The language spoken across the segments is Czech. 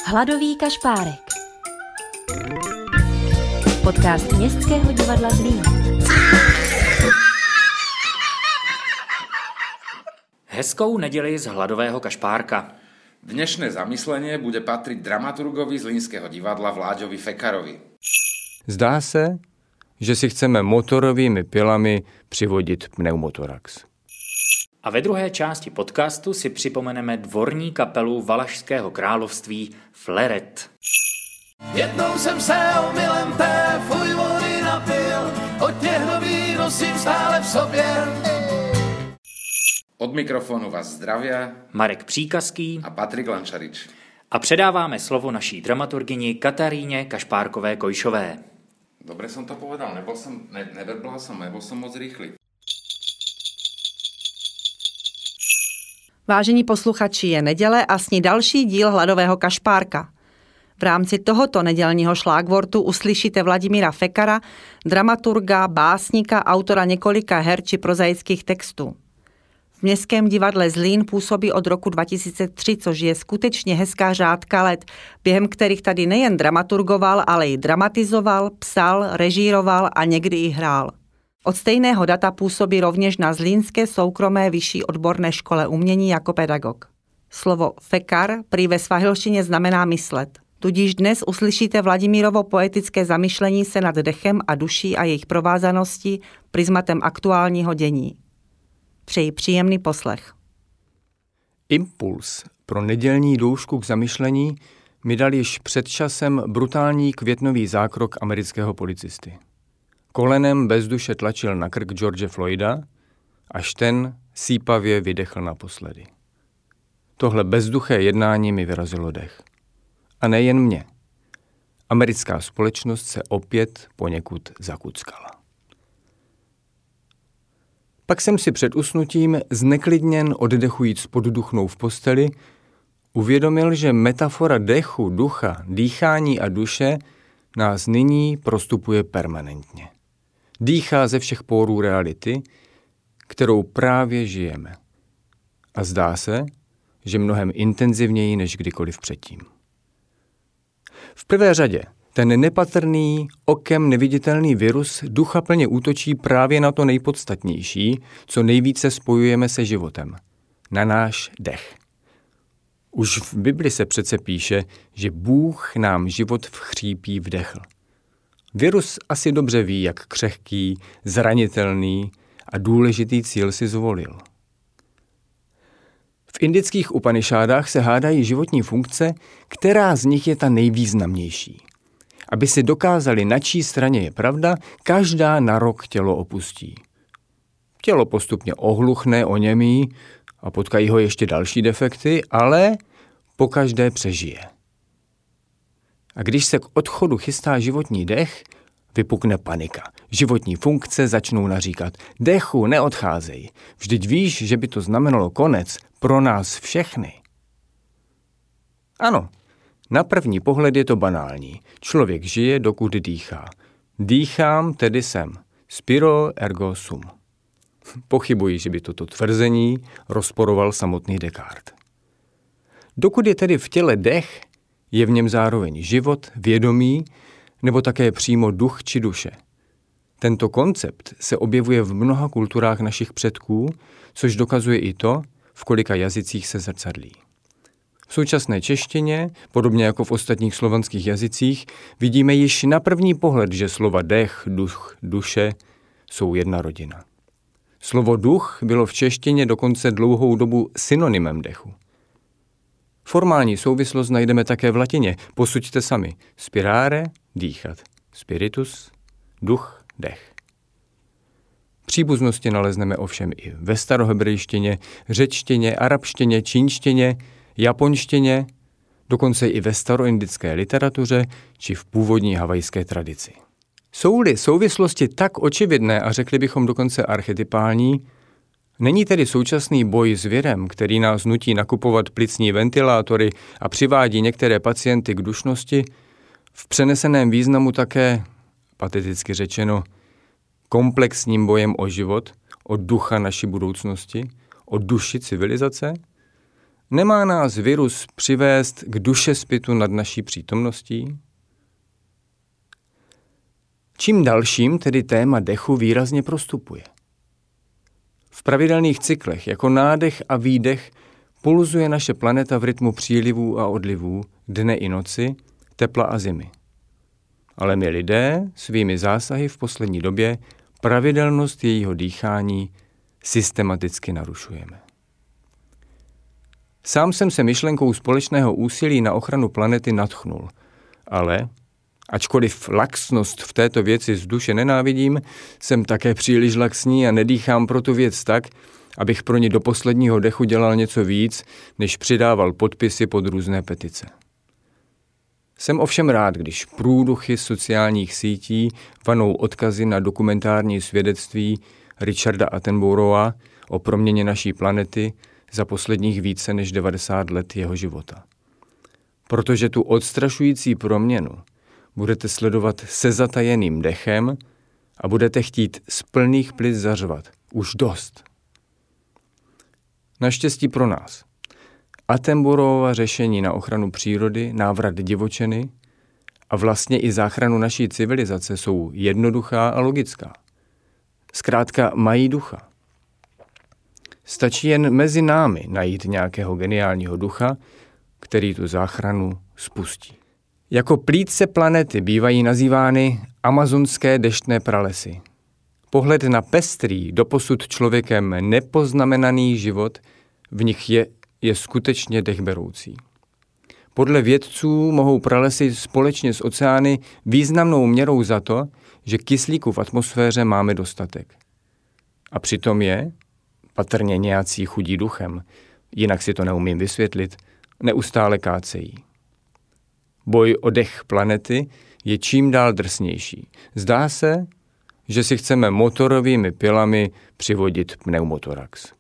Hladový kašpárek. Podcast Městského divadla Zlín. Hezkou neděli z Hladového kašpárka. Dnešné zamyslenie bude patriť dramaturgovi Zlínského divadla Vláďovi Fekarovi. Zdá se, že si chceme motorovými pilami přivodit pneumotorax. A ve druhé části podcastu si připomeneme dvorní kapelu Valašského království Fleret. Jednou jsem se omylem té fuj vody napil, od těch nový nosím stále v sobě. Od mikrofónu vás zdravia Marek Příkazký a Patrik Lančarič. A předáváme slovo naší dramaturgyni Kataríně Kašpárkové-Kojšové. Dobre som to povedal, nebol som moc rýchly. Vážení posluchači, je neděle a s ní další díl Hladového kašpárka. V rámci tohoto nedělního šlágvortu uslyšíte Vladimíra Fekara, dramaturga, básníka, autora několika her či prozaických textů. V Městském divadle Zlín působí od roku 2003, což je skutečně hezká řádka let, během kterých tady nejen dramaturgoval, ale i dramatizoval, psal, režíroval a někdy i hrál. Od stejného data působí rovněž na Zlínské soukromé vyšší odborné škole umění jako pedagog. Slovo Fekar prý ve svahilštině znamená myslet. Tudíž dnes uslyšíte Vladimírovo poetické zamyšlení se nad dechem a duší a jejich provázaností prismatem aktuálního dění. Přeji příjemný poslech. Impuls pro nedělní doušku k zamyšlení mi dal již před časem brutální květnový zákrok amerického policisty. Kolenem bez duše tlačil na krk George Floyda, až ten sípavě vydechl naposledy. Tohle bezduché jednání mi vyrazilo dech. A nejen mě. Americká společnost se opět poněkud zakuckala. Pak jsem si před usnutím, zneklidněn oddechujíc pod duchnou v posteli, uvědomil, že metafora dechu, ducha, dýchání a duše nás nyní prostupuje permanentně. Dýchá ze všech pórů reality, kterou právě žijeme. A zdá se, že mnohem intenzivněji než kdykoliv předtím. V prvé řadě ten nepatrný, okem neviditelný virus duchaplně útočí právě na to nejpodstatnější, co nejvíce spojujeme se životem. Na náš dech. Už v Bibli se přece píše, že Bůh nám život v chřípí vdechl. Virus asi dobře ví, jak křehký, zranitelný a důležitý cíl si zvolil. V indických Upanišádách se hádají životní funkce, která z nich je ta nejvýznamnější. Aby si dokázali, na čí straně je pravda, každá na rok tělo opustí. Tělo postupně ohluchne, oněmí a potkají ho ještě další defekty, ale pokaždé přežije. A když se k odchodu chystá životní dech, vypukne panika. Životní funkce začnou naříkat: dechu, neodcházej. Vždyť víš, že by to znamenalo konec pro nás všechny. Ano, na první pohled je to banální. Člověk žije, dokud dýchá. Dýchám, tedy jsem. Spiro ergo sum. Pochybuji, že by toto tvrzení rozporoval samotný Descartes. Dokud je tedy v těle dech, je v něm zároveň život, vědomí, nebo také přímo duch či duše. Tento koncept se objevuje v mnoha kulturách našich předků, což dokazuje i to, v kolika jazycích se zrcadlí. V současné češtině, podobně jako v ostatních slovanských jazycích, vidíme již na první pohled, že slova dech, duch, duše jsou jedna rodina. Slovo duch bylo v češtině dokonce dlouhou dobu synonymem dechu. Formální souvislost najdeme také v latině. Posuďte sami. Spirare, dýchat. Spiritus, duch, dech. Příbuznosti nalezneme ovšem i ve starohebrejštině, řečtině, arabštině, čínštině, japonštině, dokonce i ve staroindické literatuře či v původní havajské tradici. Jsou-li souvislosti tak očividné a řekli bychom dokonce archetypální, není tedy současný boj s virem, který nás nutí nakupovat plicní ventilátory a přivádí některé pacienty k dušnosti, v přeneseném významu také, pateticky řečeno, komplexním bojem o život, o ducha naší budoucnosti, o duši civilizace? Nemá nás virus přivést k dušespitu nad naší přítomností? Čím dalším tedy téma dechu výrazně prostupuje. V pravidelných cyklech jako nádech a výdech pulzuje naše planeta v rytmu přílivů a odlivů, dne i noci, tepla a zimy. Ale my lidé svými zásahy v poslední době pravidelnost jejího dýchání systematicky narušujeme. Sám jsem se myšlenkou společného úsilí na ochranu planety nadchnul, ale ačkoliv laxnost v této věci z duše nenávidím, jsem také příliš laxní a nedýchám pro tu věc tak, abych pro ní do posledního dechu dělal něco víc, než přidával podpisy pod různé petice. Jsem ovšem rád, když průduchy sociálních sítí vanou odkazy na dokumentární svědectví Richarda Attenborougha o proměně naší planety za posledních více než 90 let jeho života. Protože tu odstrašující proměnu budete sledovat se zatajeným dechem a budete chtít z plných plic zařvat. Už dost. Naštěstí pro nás. Attenborougova řešení na ochranu přírody, návrat divočeny a vlastně i záchranu naší civilizace jsou jednoduchá a logická. Zkrátka mají ducha. Stačí jen mezi námi najít nějakého geniálního ducha, který tu záchranu spustí. Jako plíce planety bývají nazývány amazonské deštné pralesy. Pohled na pestrý, doposud člověkem nepoznamenaný život v nich je skutečně dechberoucí. Podle vědců mohou pralesy společně s oceány významnou měrou za to, že kyslíku v atmosféře máme dostatek. A přitom je, patrně nějací chudí duchem, jinak si to neumím vysvětlit, neustále kácejí. Boj o dech planety je čím dál drsnější. Zdá se, že si chceme motorovými pilami přivodit pneumotorax.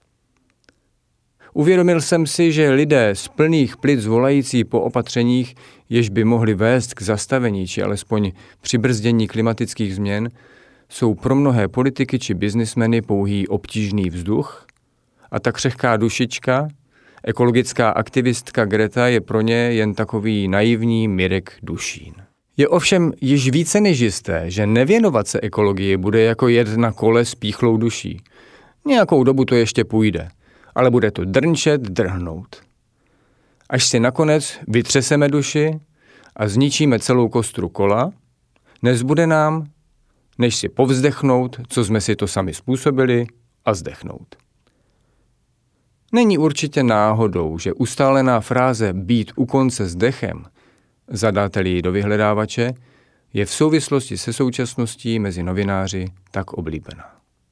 Uvědomil jsem si, že lidé z plných plic volající po opatřeních, jež by mohly vést k zastavení či alespoň přibrzdění klimatických změn, jsou pro mnohé politiky či biznismeny pouhý obtížný vzduch a ta křehká dušička, ekologická aktivistka Greta je pro ně jen takový naivní Mirek Dušín. Je ovšem již více než jisté, že nevěnovat se ekologii bude jako jet na kole s píchlou duší. Nějakou dobu to ještě půjde, ale bude to drnčet, drhnout. Až si nakonec vytřeseme duši a zničíme celou kostru kola, nezbude nám, než si povzdechnout, co jsme si to sami způsobili, a zdechnout. Není určitě náhodou, že ustálená fráze být u konce s dechem, zadáte-li ji do vyhledávače, je v souvislosti se současností mezi novináři tak oblíbená.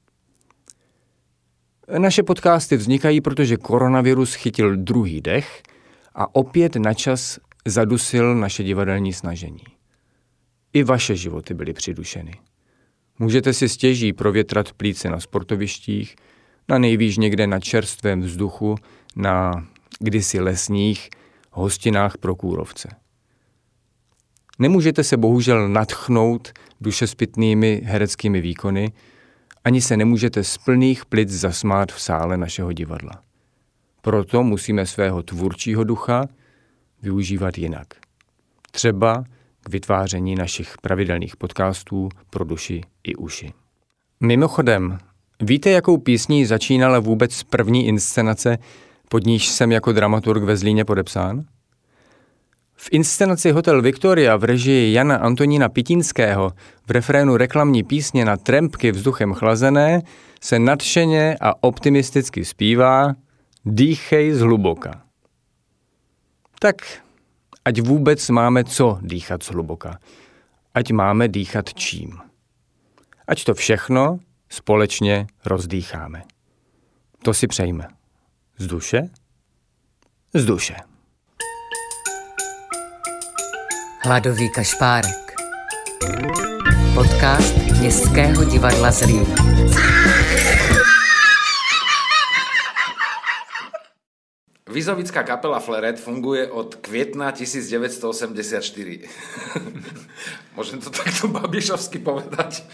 Naše podcasty vznikají, protože koronavirus chytil druhý dech a opět načas zadusil naše divadelní snažení. I vaše životy byly přidušeny. Můžete si stěží provětrat plíce na sportovištích, na nejvýš někde na čerstvém vzduchu, na kdysi lesních hostinách pro kůrovce. Nemůžete se bohužel nadchnout dušespitnými hereckými výkony, ani se nemůžete z plných plic zasmát v sále našeho divadla. Proto musíme svého tvůrčího ducha využívat jinak. Třeba k vytváření našich pravidelných podcastů pro duši i uši. Mimochodem, víte, jakou písní začínala vůbec první inscenace, pod níž jsem jako dramaturg ve Zlíně podepsán? V inscenaci Hotel Victoria v režii Jana Antonína Pitínského v refrénu reklamní písně Na trampky vzduchem chlazené se nadšeně a optimisticky zpívá Dýchej zhluboka. Tak ať vůbec máme co dýchat zhluboka. Ať máme dýchat čím. Ať to všechno společně rozdýcháme. To si přejme. Z duše? Z duše. Hladový kašpárek. Podcast Městského divadla Zlín. Vizovická kapela Fleret funguje od května 1984. Môžem to takto babišovsky povedať?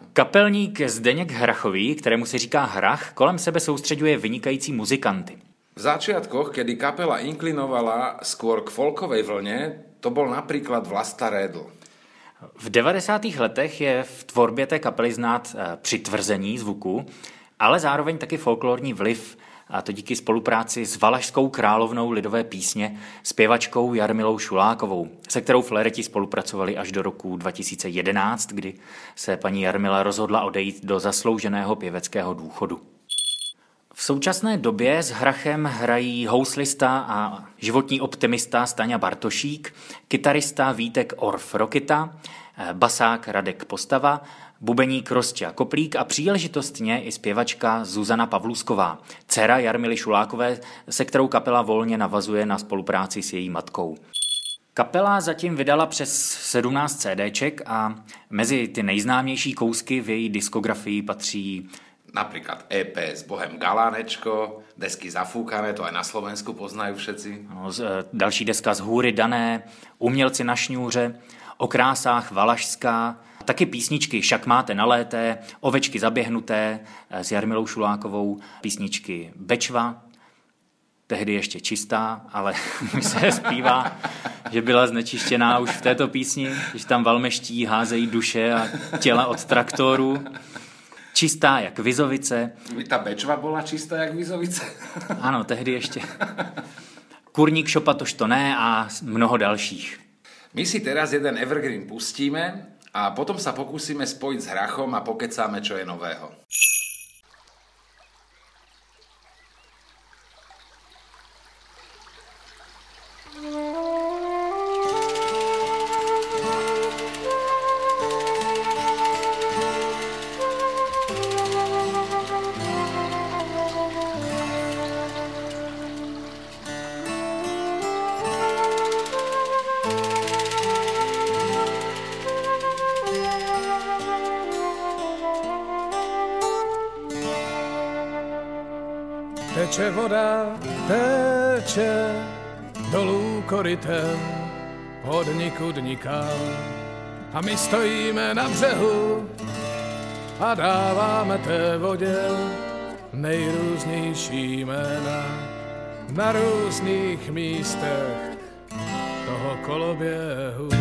Kapelník Zdeněk Hrachový, kterému se říká Hrach, kolem sebe soustřeďuje vynikající muzikanty. V začiatkoch, kedy kapela inklinovala skôr k folkovej vlne, to bol napríklad Vlasta Rédl. V 90. letech je v tvorbě té kapely znát přitvrzení zvuku, ale zároveň taky folklorní vliv, a to díky spolupráci s Valašskou královnou lidové písně zpěvačkou Jarmilou Šulákovou, se kterou Flereti spolupracovali až do roku 2011, kdy se paní Jarmila rozhodla odejít do zaslouženého pěveckého důchodu. V současné době s Hrachem hrají houslista a životní optimista Staňa Bartošík, kytarista Vítek Orf Rokita, basák Radek Postava, bubeník Rostia Koplík a příležitostně i zpěvačka Zuzana Pavlusková, dcera Jarmily Šulákové, se kterou kapela volně navazuje na spolupráci s její matkou. Kapela zatím vydala přes 17 CDček a mezi ty nejznámější kousky v její diskografii patří napríklad EP s Bohem Galánečko, desky Zafúkané, to aj na Slovensku poznajú všetci. No, další deska Z hůry dané, Umělci na šňůře, O krásách Valašská, taky písničky Však máte nalété, Ovečky zaběhnuté s Jarmilou Šulákovou, písničky Bečva, tehdy ještě čistá, ale už se zpívá, že byla znečištěná už v této písni, že tam valmeští házejí duše a těla od traktoru. Čistá jak Vizovice. Ta Bečva bola čistá jak Vizovice. Ano, tehdy ještě. Kurník šopa tož to ne a mnoho dalších. My si teraz jeden evergreen pustíme a potom sa pokúsime spojiť s Hrachom a pokecáme, čo je nového. Teče voda, teče dolů korytem od nikud nikam. A my stojíme na břehu a dáváme té vodě nejrůznější jména na různých místech toho koloběhu.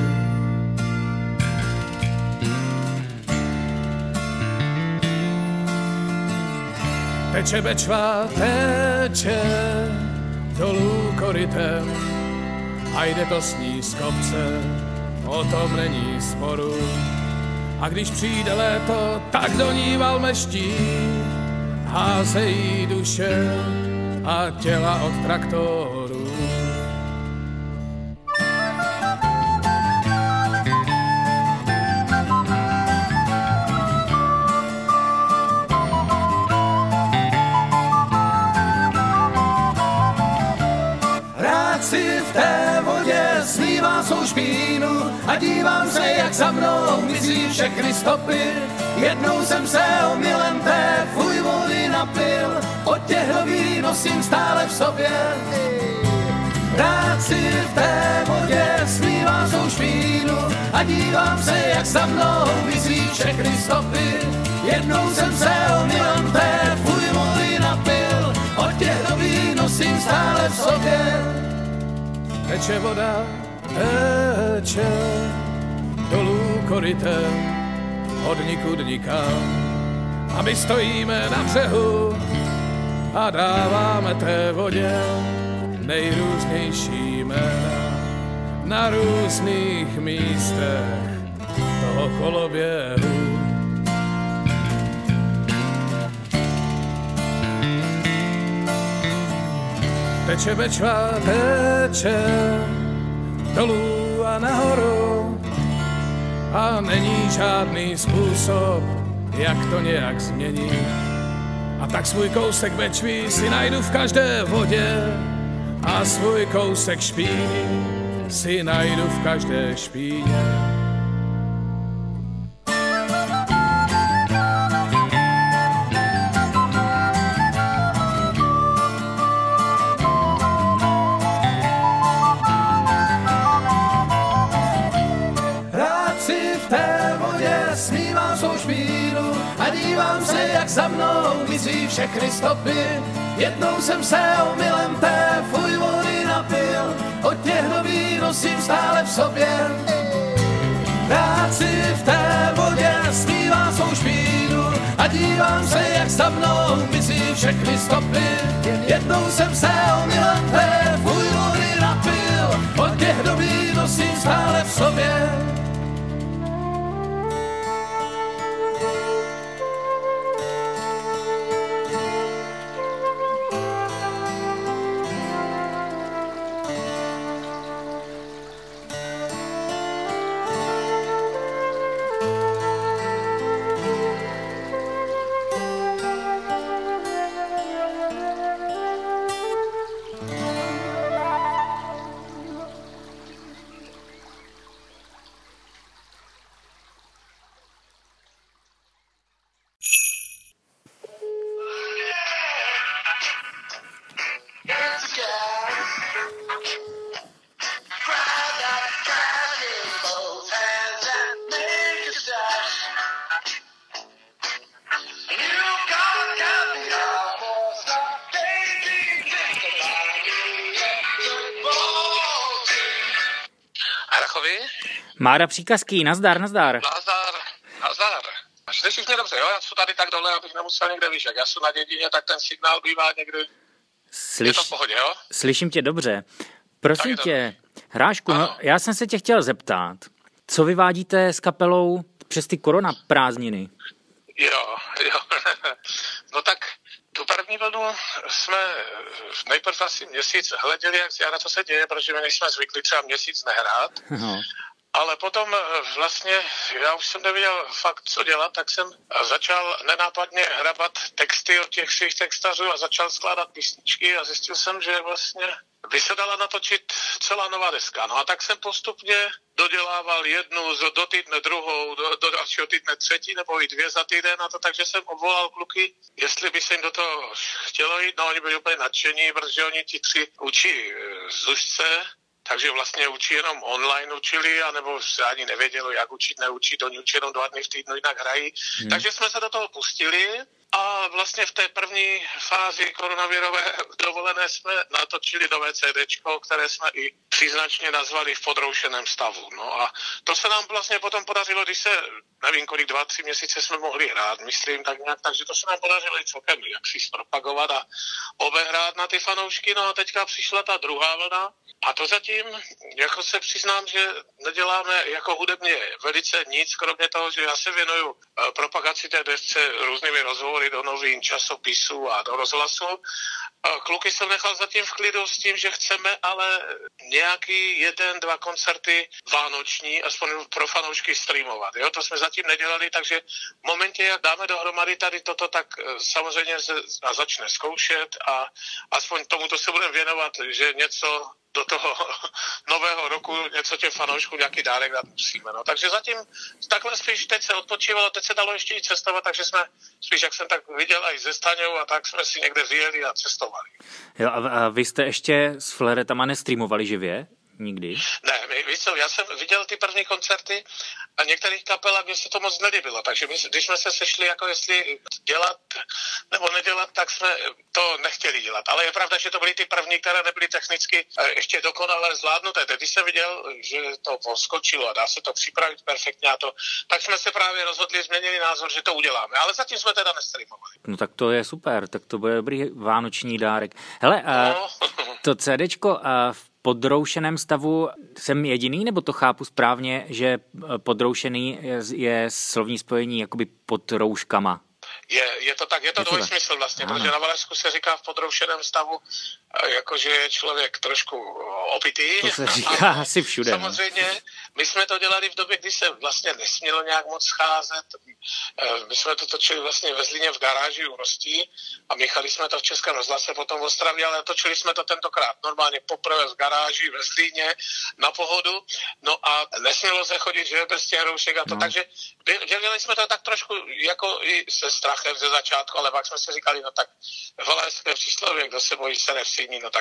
Teče Bečva, teče dolů korytem a jde to s ní z kopce, o tom není sporu. A když přijde léto, tak do ní valmeští házejí duše a těla od traktorů. Si v té vodě slívám svou špínu a dívám se, jak za mnou mizí všechny stopy. Jednou jsem se omylem té fuj vody napil, od těchto vín nosím stále v sobě. Rád si v té vodě slívám svou špínu a dívám se, jak za mnou mizí všechny stopy. Jednou jsem se omylem té fuj vody napil, od těchto vín nosím stále v sobě. Teče voda, teče dolů korytem od nikud nikam. A my stojíme na břehu a dáváme té vodě nejrůznější jména na různých místech toho koloběhu. Teče Bečva, teče dolů a nahoru a není žádný způsob, jak to nějak změnit. A tak svůj kousek Bečvy si najdu v každé vodě a svůj kousek špíny si najdu v každé špíně. dívám se, jak za mnou mizí všechny stopy. Jednou jsem se omylem té fuj vody napil, od těch nový nosím stále v sobě. Rád si v té vodě zpívám svou špínu a dívám se, jak za mnou mizí všechny stopy. Jednou jsem se omylem té fuj vody napil, od těch nový nosím stále v sobě. Mára Příkazký, nazdar. Nazdar. Slyšíš mě dobře, jo? Já jsem tady tak dole, abych nemusel někde výšek. Já jsem na dědině, tak ten signál bývá někdy. Je to v pohodě, jo? Slyším tě dobře. Prosím tě, Hrášku, já jsem se tě chtěl zeptat, co vyvádíte s kapelou přes ty korona prázdniny? Jo. No tak tu první vlnu jsme nejprve asi měsíc hleděli, jak na co se děje, protože my nejsme zvyklí třeba měsíc nehrát. No. Ale potom vlastně, já už jsem nevěděl fakt, co dělat, tak jsem začal nenápadně hrabat texty od těch svých textařů a začal skládat písničky a zjistil jsem, že vlastně by se dala natočit celá nová deska. No a tak jsem postupně dodělával jednu, do týdne druhou, do dalšího týdne třetí nebo i 2 za týden a to, takže jsem obvolal kluky, jestli by se jim do toho chtělo jít. No oni byli úplně nadšení, protože oni ti 3 učí zušce, takže vlastně učí jenom online učili, anebo se ani nevědělo, jak učit, neučit, oni učí jenom 2 dny v týdnu, jinak hrají. Takže jsme se do toho pustili a vlastně v té první fázi koronavirové dovolené jsme natočili nové CDčko, které jsme i příznačně nazvali V podroušeném stavu. No a to se nám vlastně potom podařilo, když se, nevím kolik, 2-3 měsíce jsme mohli hrát, myslím tak nějak, takže to se nám podařilo i celkem jak si zpropagovat a obehrát na ty fanoušky. No a teďka přišla ta druhá vlna a to zatím, jako se přiznám, že neděláme jako hudebně velice nic, kromě toho, že já se věnuju propagaci té desce různými rozhovory do novin, časopisů a do rozhlasu. Kluky jsem nechal zatím v klidu s tím, že chceme ale nějaký 1-2 koncerty vánoční, aspoň pro fanoušky streamovat. Jo? To jsme zatím nedělali, takže v momentě, jak dáme dohromady tady toto, tak samozřejmě se začne zkoušet a aspoň tomuto se budeme věnovat, že něco do toho nového roku, něco těm fanouškům, nějaký dárek dát musíme. No. Takže zatím takhle spíš teď se odpočívalo, teď se dalo ještě i cestovat, takže jsme spíš, jak jsem tak viděl, i ze Staňou a tak jsme si někde vyjeli a cestovali. Jo, a vy jste ještě s Fleretama nestreamovali živě? Nikdy? Ne, víš co, já jsem viděl ty první koncerty a některých kapelách mě se to moc nelíbilo, takže když jsme se sešli, jako jestli dělat nebo nedělat, tak jsme to nechtěli dělat. Ale je pravda, že to byly ty první, které nebyly technicky ještě dokonale zvládnuté. Když jsem viděl, že to poskočilo a dá se to připravit perfektně a to, tak jsme se právě rozhodli, změnili názor, že to uděláme. Ale zatím jsme teda nestreamovali. No tak to je super, tak to bude dobrý vánoční dárek. Hele, to CDčko v podroušeném stavu jsem jediný, nebo to chápu správně, že podroušený je slovní spojení jakoby pod rouškama? Je to tak, je to dvojsmysl vlastně, protože na Valašsku se říká v podroušeném stavu, jakože je člověk trošku opitý. To se říká asi všude. Samozřejmě, my jsme to dělali v době, kdy se vlastně nesmělo nějak moc scházet. My jsme to točili vlastně ve Zlíně v garáži u Rostí a míchali jsme to v Českém rozhlase, potom v Ostravě, ale točili jsme to tentokrát normálně poprvé v garáži ve Zlíně na pohodu. No a nesmělo se chodit, že bez těch roušek a to, takže dělali jsme to tak trošku jako i se strachem ze začátku, ale pak jsme si říkali, no tak valašské přísloví, kdo se bojí, se nevsíní, no tak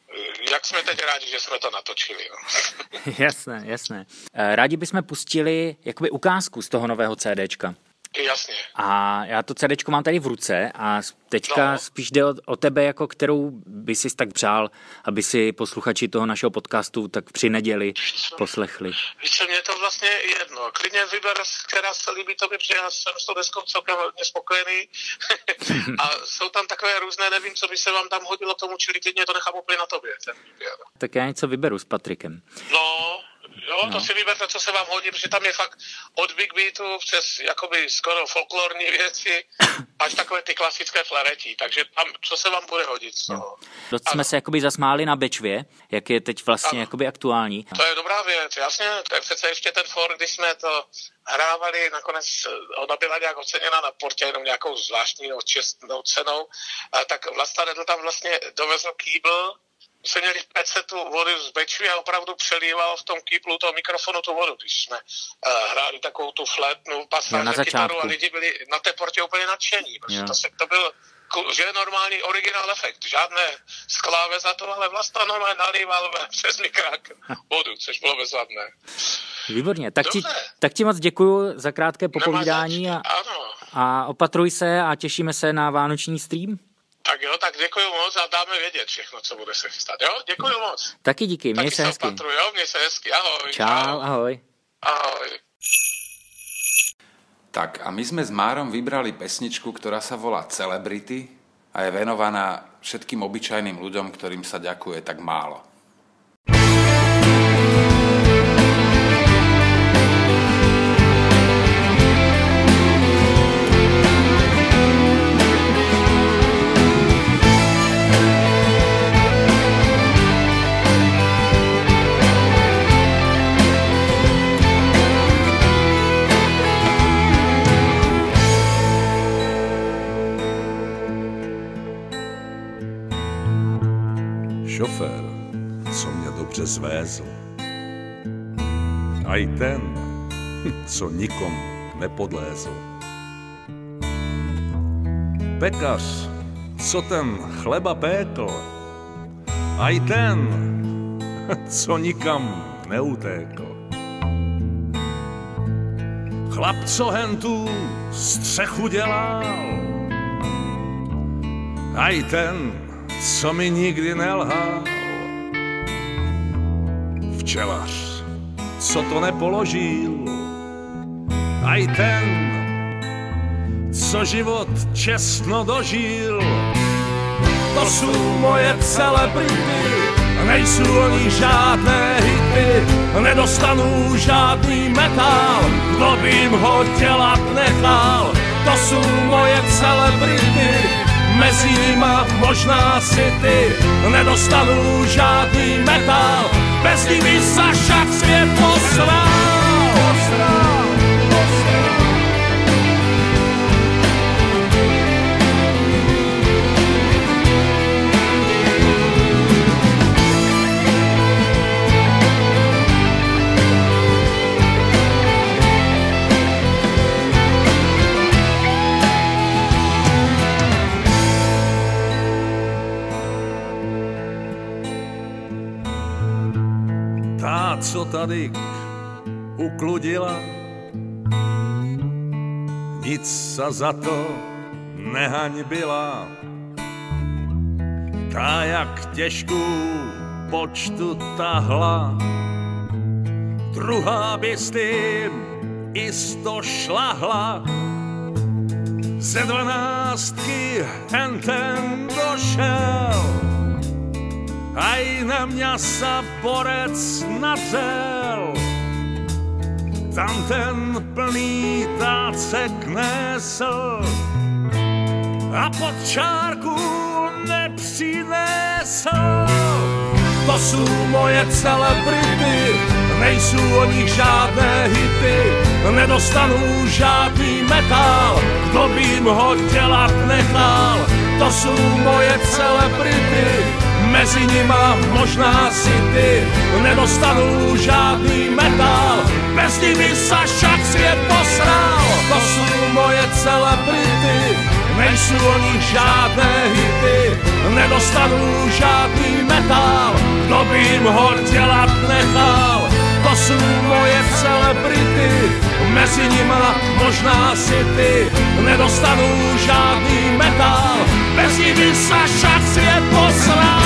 jak jsme teď rádi, že jsme to natočili. No. Jasné. Rádi bychom pustili jakoby ukázku z toho nového CDčka. Jasně. A já to CDčko mám tady v ruce a teďka spíš jde o tebe, jako kterou by si tak přál, aby si posluchači toho našeho podcastu tak při neděli poslechli. Víš co, mě to vlastně jedno. Klidně vyber, která se líbí tobě, protože já jsem s tou deskou celkem hodně spokojený. A jsou tam takové různé, nevím, co by se vám tam hodilo k tomu, čili klidně to nechám úplně na tobě, ten výběr. Tak já něco vyberu s Patrikem. To si vyberte, co se vám hodí, protože tam je fakt od Big Beatu přes jakoby skoro folklorní věci až takové ty klasické flaretí, takže tam, co se vám bude hodit. Dost jsme se jakoby zasmáli na Bečvě, jak je teď vlastně jakoby aktuální. To je dobrá věc, jasně, to je přece ještě ten for, když jsme to hrávali, nakonec ona byla nějak oceněna na Portě jenom nějakou zvláštní čestnou cenou, tak Vlasta Redl tam vlastně dovezl kýbl. Jsme měli v pece tu vodu z Bečvy a opravdu přelíval v tom kýplu toho mikrofonu tu vodu, když jsme hráli takovou tu flétnu, pasáž kytaru a lidi byli na té Portě úplně nadšení, protože to byl že je normální originál efekt, žádné skláve za to, ale Vlasta normálně nalíval přes mikrák vodu, což bylo bezvadné. Výborně, tak ti moc děkuju za krátké popovídání a opatruj se a těšíme se na vánoční stream. Tak jo, tak děkuju moc a dáme vědět všechno, co bude se chystat, jo? Děkuju moc. Taky díky, měj se hezky. Měj se hezky, ahoj. Čau, ahoj. Ahoj. Tak a my sme s Márom vybrali pesničku, ktorá sa volá Celebrity a je venovaná všetkým obyčajným ľuďom, ktorým sa ďakuje tak málo. Šofér, co mě dobře zvézl. A i ten, co nikomu nepodlézl. Pekař, co ten chleba pékl. A i ten, co nikam neutékl. Chlap, co hen tu střechu dělal. A i ten, co mi nikdy nelhal. Včelař, co to nepoložil. A i ten, co život čestno dožil. To jsou moje celebrity, nejsou oni žádné hity. Nedostanu žádný metal, kdo by jim ho dělat nechal. To jsou moje celebrity, mezi nima možná si ty. Nedostanu žádný metal, bez nimi sa však svět posral. Co tady ukludila, nic sa za to nehanbila. Ta jak těžkou počtu tahla, druhá by s tím isto šlahla. Ze 12 ten došel, aj na mňa sa borec nadřel. Tam ten plný tácek nesl a pod čárku nepřinesl. To jsou moje celebrity, nejsou o nich žádné hity. Nedostanu žádný metal, kdo by jim ho dělat nechal. To jsou moje celebrity, mezi nima možná si ty. Nedostanu žádný metal, bez nimi sa však svět posral. To jsou moje celebrity, nejsou o nich žádné hity. Nedostanu žádný metal, kdo by jim ho dělat nechal. To jsou moje celebrity, celebrity, mezi nima možná si ty, nedostanu žádný metal, bez ní by Saša svět posral.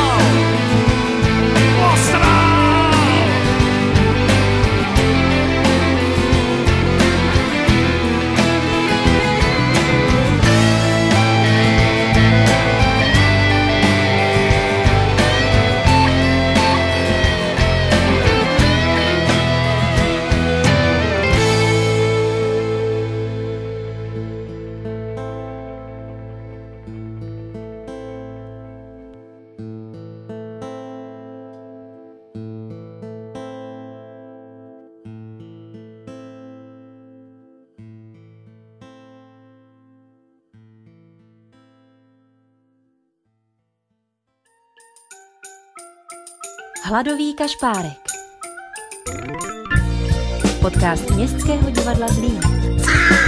Hladový kašpárek. Podcast Městského divadla Zlín.